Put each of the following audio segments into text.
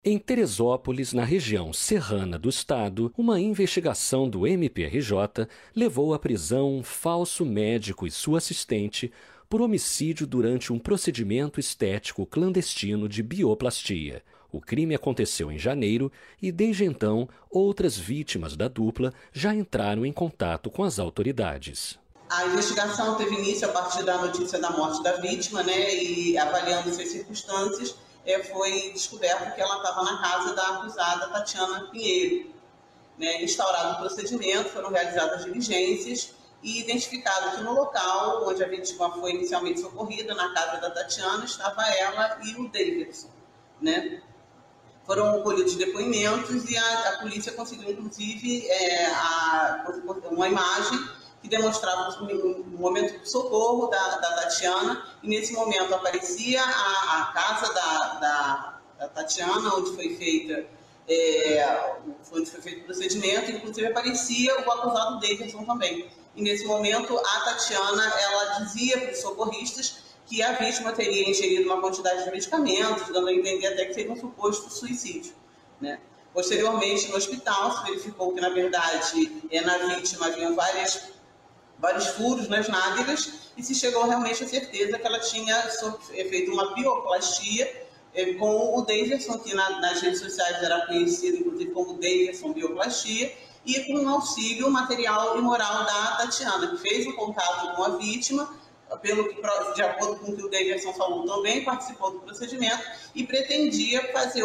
Em Teresópolis, na região serrana do estado, uma investigação do MPRJ levou à prisão um falso médico e sua assistente por homicídio durante um procedimento estético clandestino de bioplastia. O crime aconteceu em janeiro e, desde então, outras vítimas da dupla já entraram em contato com as autoridades. A investigação teve início a partir da notícia da morte da vítima, e avaliando as circunstâncias, foi descoberto que ela estava na casa da acusada Tatiana Pinheiro. Instaurado o procedimento, foram realizadas diligências e identificado que no local onde a vítima foi inicialmente socorrida, na casa da Tatiana, estava ela e o Davidson. Foram colhidos depoimentos e a polícia conseguiu, inclusive, uma imagem que demonstrava um momento de socorro da Tatiana, e nesse momento aparecia a casa da Tatiana, onde foi feito o procedimento, inclusive aparecia o acusado Davidson também. E nesse momento a Tatiana, ela dizia para os socorristas que a vítima teria ingerido uma quantidade de medicamentos, dando a entender até que seria um suposto suicídio. Posteriormente, no hospital, se verificou que, na verdade, na vítima haviam vários furos nas nádegas e se chegou realmente à certeza que ela tinha feito uma bioplastia com o Davidson, que nas redes sociais era conhecido inclusive como Davidson Bioplastia, e com auxílio material e moral da Tatiana, que fez o contato com a vítima, de acordo com o que o Davidson falou também, participou do procedimento e pretendia fazer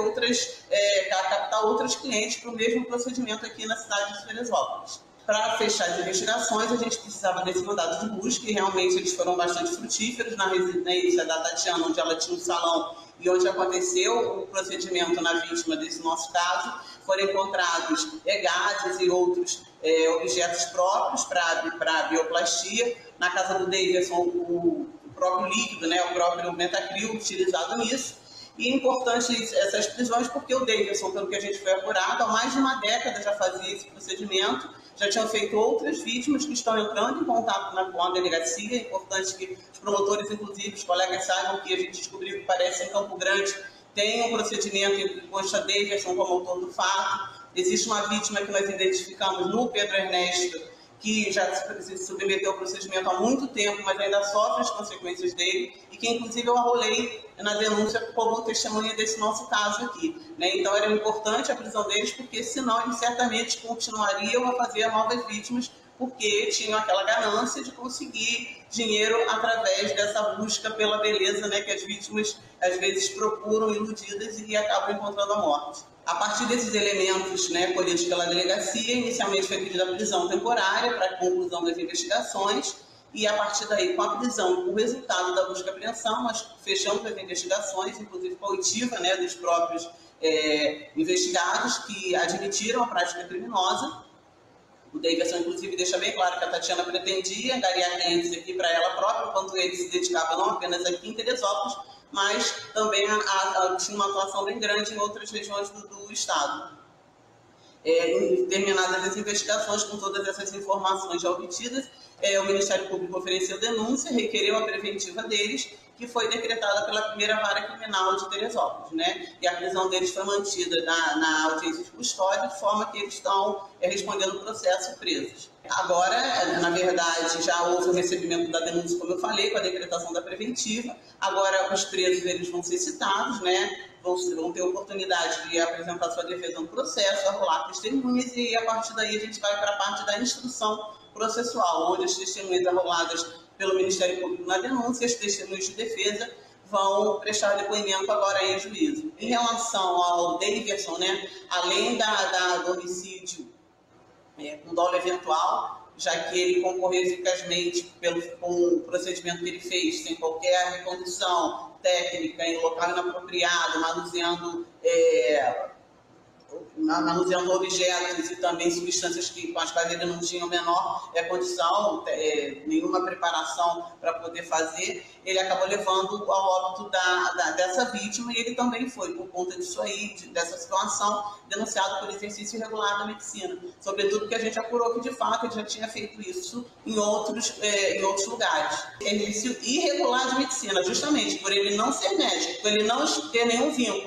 captar outros clientes para o mesmo procedimento aqui na cidade de Teresópolis. Para fechar as investigações, a gente precisava desse mandado de busca, e realmente eles foram bastante frutíferos na residência da Tatiana, onde ela tinha um salão e onde aconteceu o procedimento na vítima desse nosso caso. Foram encontrados gases e outros objetos próprios para a bioplastia. Na casa do Davidson, o próprio líquido, o próprio metacril utilizado nisso. E é importante essas prisões porque o Davidson, pelo que a gente foi apurado, há mais de uma década já fazia esse procedimento, já tinham feito outras vítimas que estão entrando em contato com a delegacia. É importante que os promotores, inclusive os colegas, saibam que a gente descobriu que parece em Campo Grande tem um procedimento em que consta Davidson como autor do fato. Existe uma vítima que nós identificamos no Pedro Ernesto, que já se submeteu ao procedimento há muito tempo, mas ainda sofre as consequências dele, e que inclusive eu arrolei na denúncia como testemunha desse nosso caso aqui. Então era importante a prisão deles, porque senão eles certamente continuariam a fazer novas vítimas, porque tinham aquela ganância de conseguir dinheiro através dessa busca pela beleza, que as vítimas às vezes procuram iludidas e acabam encontrando a morte. A partir desses elementos colhidos pela delegacia, inicialmente foi pedida a prisão temporária para a conclusão das investigações, e a partir daí, com a prisão, o resultado da busca e apreensão, nós fechamos as investigações, inclusive com a oitiva dos próprios investigados que admitiram a prática criminosa. O Davidson, inclusive, deixa bem claro que a Tatiana pretendia angariar clientes aqui para ela própria, enquanto ele se dedicava não apenas aqui em Teresópolis, mas também tinha uma atuação bem grande em outras regiões do estado. Terminadas as investigações com todas essas informações já obtidas, o Ministério Público ofereceu denúncia, requereu a preventiva deles, que foi decretada pela primeira vara criminal de Teresópolis, E a prisão deles foi mantida na audiência de custódia, de forma que eles estão respondendo o processo presos. Agora, na verdade, já houve o recebimento da denúncia, como eu falei, com a decretação da preventiva. Agora, os presos eles vão ser citados, vão ter oportunidade de apresentar sua defesa no processo, arrolar testemunhas, e a partir daí a gente vai para a parte da instrução processual, onde as testemunhas arroladas pelo Ministério Público na denúncia, as testemunhas de defesa vão prestar depoimento agora em juízo. Em relação ao Davidson, além do homicídio com dolo eventual, já que ele concorreu eficazmente com o procedimento que ele fez, sem qualquer recondução técnica, em local inapropriado, manuseando objetos e também substâncias com as quais ele não tinha a menor condição, nenhuma preparação para poder fazer, ele acabou levando ao óbito dessa vítima, e ele também foi, por conta disso aí, dessa situação, denunciado por exercício irregular da medicina. Sobretudo porque a gente apurou que, de fato, ele já tinha feito isso em outros lugares. Exercício irregular de medicina, justamente por ele não ser médico, por ele não ter nenhum vínculo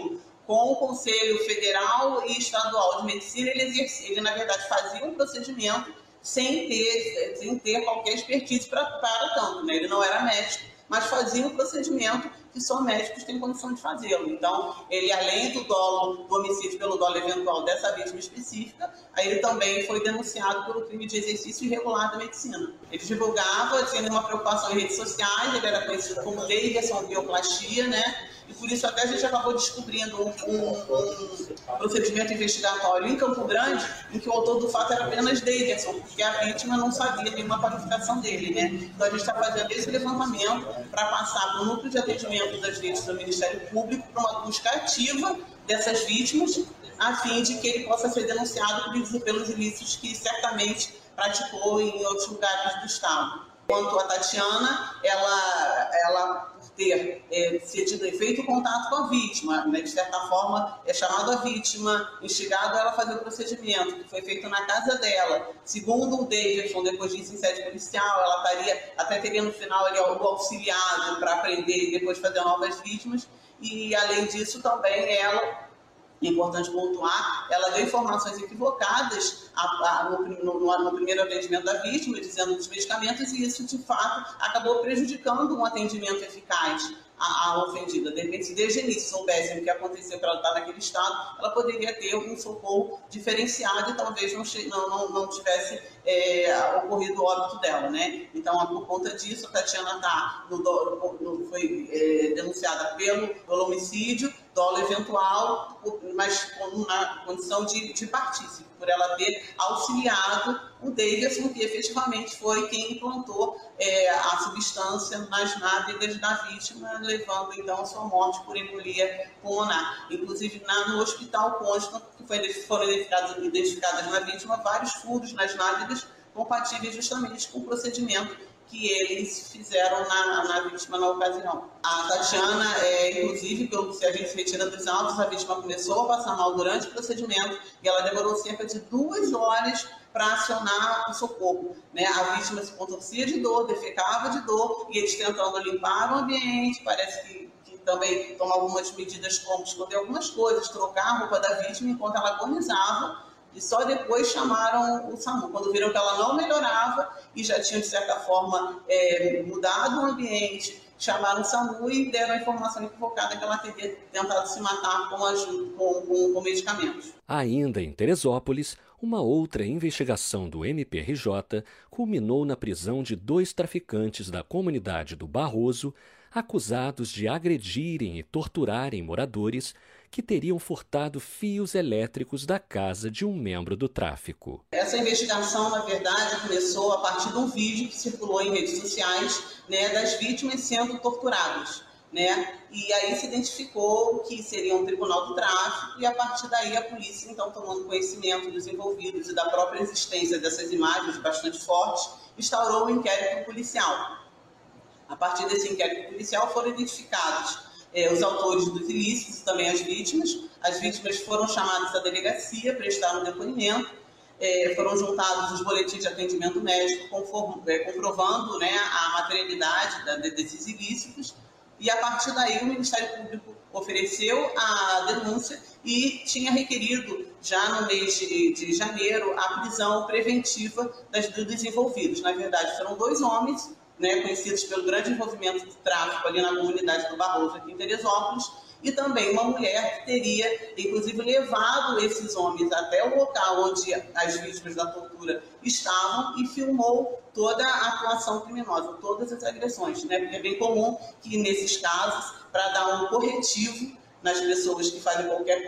com o Conselho Federal e Estadual de Medicina. Ele na verdade, fazia um procedimento sem ter qualquer expertise para tanto, né? Ele não era médico, mas fazia um procedimento que só médicos têm condição de fazê-lo. Então, ele, além do homicídio pelo dolo eventual dessa vítima específica, aí ele também foi denunciado pelo crime de exercício irregular da medicina. Ele divulgava, tinha uma preocupação em redes sociais, ele era conhecido como Davidson Bioplastia, né? E por isso até a gente acabou descobrindo um procedimento investigatório em Campo Grande, em que o autor do fato era apenas Davidson, porque a vítima não sabia nenhuma qualificação dele, né? Então a gente está fazendo esse levantamento para passar para o núcleo de atendimento das vítimas do Ministério Público para uma busca ativa dessas vítimas, a fim de que ele possa ser denunciado pelos ilícitos que certamente praticou em outros lugares do Estado. Quanto a Tatiana, ela por ter feito contato com a vítima, né, de certa forma, chamado a vítima, instigado ela a fazer o procedimento, que foi feito na casa dela. Segundo o Davidson, depois disso em sede policial, ela teria no final ali, o auxiliado para aprender e depois fazer novas vítimas. E, além disso, também ela... É importante pontuar, ela deu informações equivocadas no primeiro atendimento da vítima, dizendo dos medicamentos, e isso, de fato, acabou prejudicando um atendimento eficaz à ofendida. De repente, se desde o início soubessem o que aconteceu para ela estar naquele estado, ela poderia ter um socorro diferenciado e talvez não tivesse ocorrido o óbito dela, né? Então, por conta disso, a Tatiana foi denunciada pelo homicídio, dolo eventual, mas na condição de partícipe, por ela ter auxiliado o Davidson, que efetivamente foi quem implantou a substância nas nádegas da vítima, levando então a sua morte por embolia pulmonar. Inclusive, no hospital consta que foram identificadas na vítima vários furos nas nádegas, compatíveis justamente com o procedimento que eles fizeram na vítima na ocasião. A Tatiana, inclusive, se a gente retira dos autos, a vítima começou a passar mal durante o procedimento e ela demorou cerca de 2 horas para acionar o socorro, né? A vítima se contorcia de dor, defecava de dor, e eles tentando limpar o ambiente, parece que também tomam algumas medidas como esconder algumas coisas, trocar a roupa da vítima enquanto ela agonizava, e só depois chamaram o SAMU, quando viram que ela não melhorava e já tinham, de certa forma, mudado o ambiente, chamaram o SAMU e deram a informação equivocada que ela teria tentado se matar com medicamentos. Ainda em Teresópolis, uma outra investigação do MPRJ culminou na prisão de 2 traficantes da comunidade do Barroso, acusados de agredirem e torturarem moradores que teriam furtado fios elétricos da casa de um membro do tráfico. Essa investigação, na verdade, começou a partir de um vídeo que circulou em redes sociais, né, das vítimas sendo torturadas, né? E aí se identificou que seria um tribunal do tráfico, e a partir daí a polícia, então, tomando conhecimento dos envolvidos e da própria existência dessas imagens bastante fortes, instaurou um inquérito policial. A partir desse inquérito policial foram identificados os autores dos ilícitos e também as vítimas. As vítimas foram chamadas à delegacia, prestaram depoimento, foram juntados os boletins de atendimento médico comprovando, né, a materialidade desses ilícitos, e a partir daí o Ministério Público ofereceu a denúncia e tinha requerido, já no mês de janeiro, a prisão preventiva dos envolvidos. Na verdade, foram 2 homens, né, conhecidos pelo grande envolvimento do tráfico ali na comunidade do Barroso, aqui em Teresópolis, e também uma mulher que teria, inclusive, levado esses homens até o local onde as vítimas da tortura estavam e filmou toda a atuação criminosa, todas as agressões, né? Porque é bem comum que, nesses casos, para dar um corretivo nas pessoas que fazem quaisquer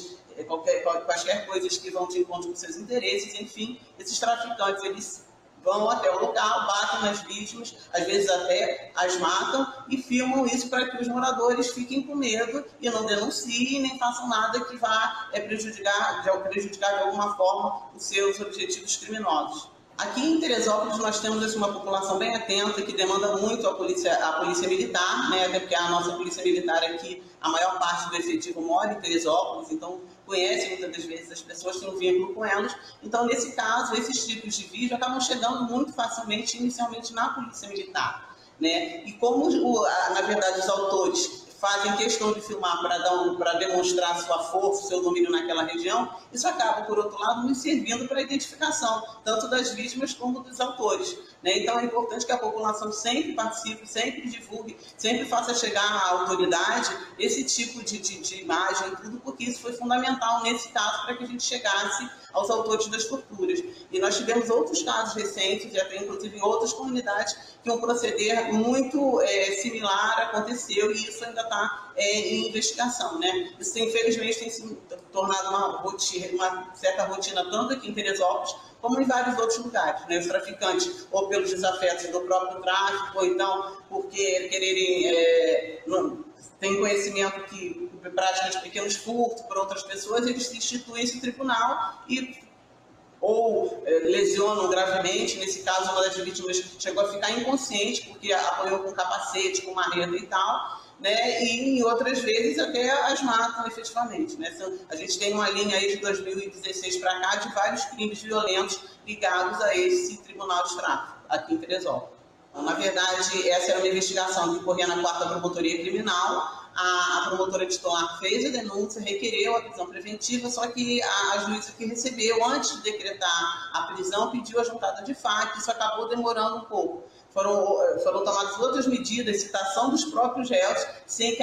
coisas que vão de encontro com seus interesses, enfim, esses traficantes, eles vão até o local, batem nas vítimas, às vezes até as matam, e filmam isso para que os moradores fiquem com medo e não denunciem, nem façam nada que vá prejudicar de alguma forma os seus objetivos criminosos. Aqui em Teresópolis nós temos uma população bem atenta que demanda muito a polícia militar, né? Até porque a nossa polícia militar aqui, a maior parte do efetivo mora em Teresópolis, então conhecem muitas das vezes as pessoas, têm um vínculo com elas. Então, nesse caso, esses tipos de vídeo acabam chegando muito facilmente, inicialmente, na polícia militar, né? E como, na verdade, os autores fazem questão de filmar para demonstrar sua força, seu domínio naquela região, isso acaba, por outro lado, nos servindo para a identificação, tanto das vítimas como dos autores, né? Então é importante que a população sempre participe, sempre divulgue, sempre faça chegar à autoridade esse tipo de imagem, tudo, porque isso foi fundamental nesse caso para que a gente chegasse aos autores das torturas. E nós tivemos outros casos recentes, e até inclusive em outras comunidades, que um proceder muito similar aconteceu, e isso ainda está em investigação, né? Isso, infelizmente, tem se tornado uma certa rotina, tanto aqui em Teresópolis, como em vários outros lugares, né? Os traficantes, ou pelos desafetos do próprio tráfico, ou então porque quererem, tem conhecimento que prática de pequenos furtos por outras pessoas, eles se instituem esse tribunal e ou lesionam gravemente. Nesse caso, uma das vítimas chegou a ficar inconsciente porque apanhou com capacete, com marreta e tal, né? E em outras vezes até as matam efetivamente, né? A gente tem uma linha aí de 2016 para cá de vários crimes violentos ligados a esse tribunal de tráfico aqui em Teresópolis. Então, na verdade, essa era uma investigação que corria na 4ª Promotoria Criminal. A promotora titular fez a denúncia, requereu a prisão preventiva, só que a juíza que recebeu, antes de decretar a prisão, pediu a juntada de fato, isso acabou demorando um pouco. Foram tomadas outras medidas, citação dos próprios réus, sem que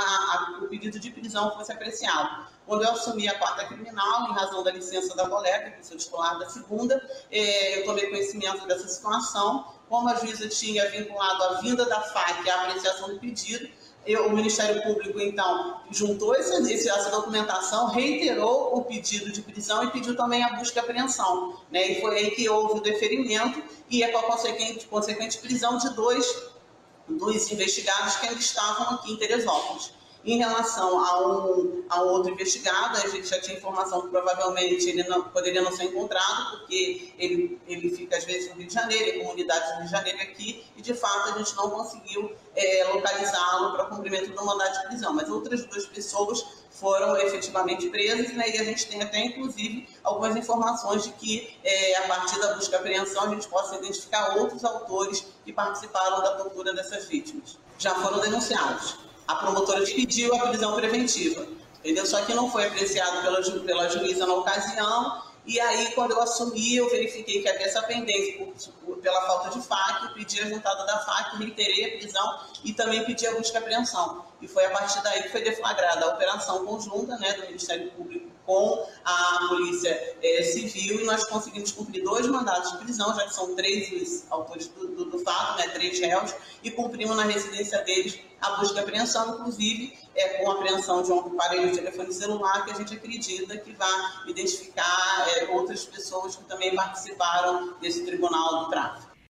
o pedido de prisão fosse apreciado. Quando eu assumi a 4ª Criminal, em razão da licença da colega, que sou titular da 2ª, eu tomei conhecimento dessa situação. Como a juíza tinha vinculado a vinda da FAC à apreciação do pedido, o Ministério Público, então, juntou essa documentação, reiterou o pedido de prisão e pediu também a busca e apreensão, né? E foi aí que houve o deferimento e com a consequente prisão de dois investigados que ainda estavam aqui em Teresópolis. Em relação a um outro investigado, a gente já tinha informação que provavelmente ele poderia não ser encontrado, porque ele fica às vezes no Rio de Janeiro, em comunidades do Rio de Janeiro aqui, e de fato a gente não conseguiu localizá-lo para cumprimento do mandado de prisão. Mas outras 2 pessoas foram efetivamente presas, né? E a gente tem até, inclusive, algumas informações de que, a partir da busca e apreensão, a gente possa identificar outros autores que participaram da tortura dessas vítimas. Já foram denunciados. A promotora pediu a prisão preventiva, entendeu? Só que não foi apreciado pela juíza na ocasião, e aí, quando eu assumi, eu verifiquei que havia essa pendência pela falta de FAC, eu pedi a juntada da FAC, reiterei a prisão e também pedi a busca e apreensão. E foi a partir daí que foi deflagrada a operação conjunta, né, do Ministério Público com a Polícia Civil, e nós conseguimos cumprir 2 mandados de prisão, já que são 3 os autores do fato, né, 3 réus, e cumprimos na residência deles a busca e apreensão, inclusive com a apreensão de um aparelho de telefone celular, que a gente acredita que vai identificar outras pessoas que também participaram desse tribunal do tráfico.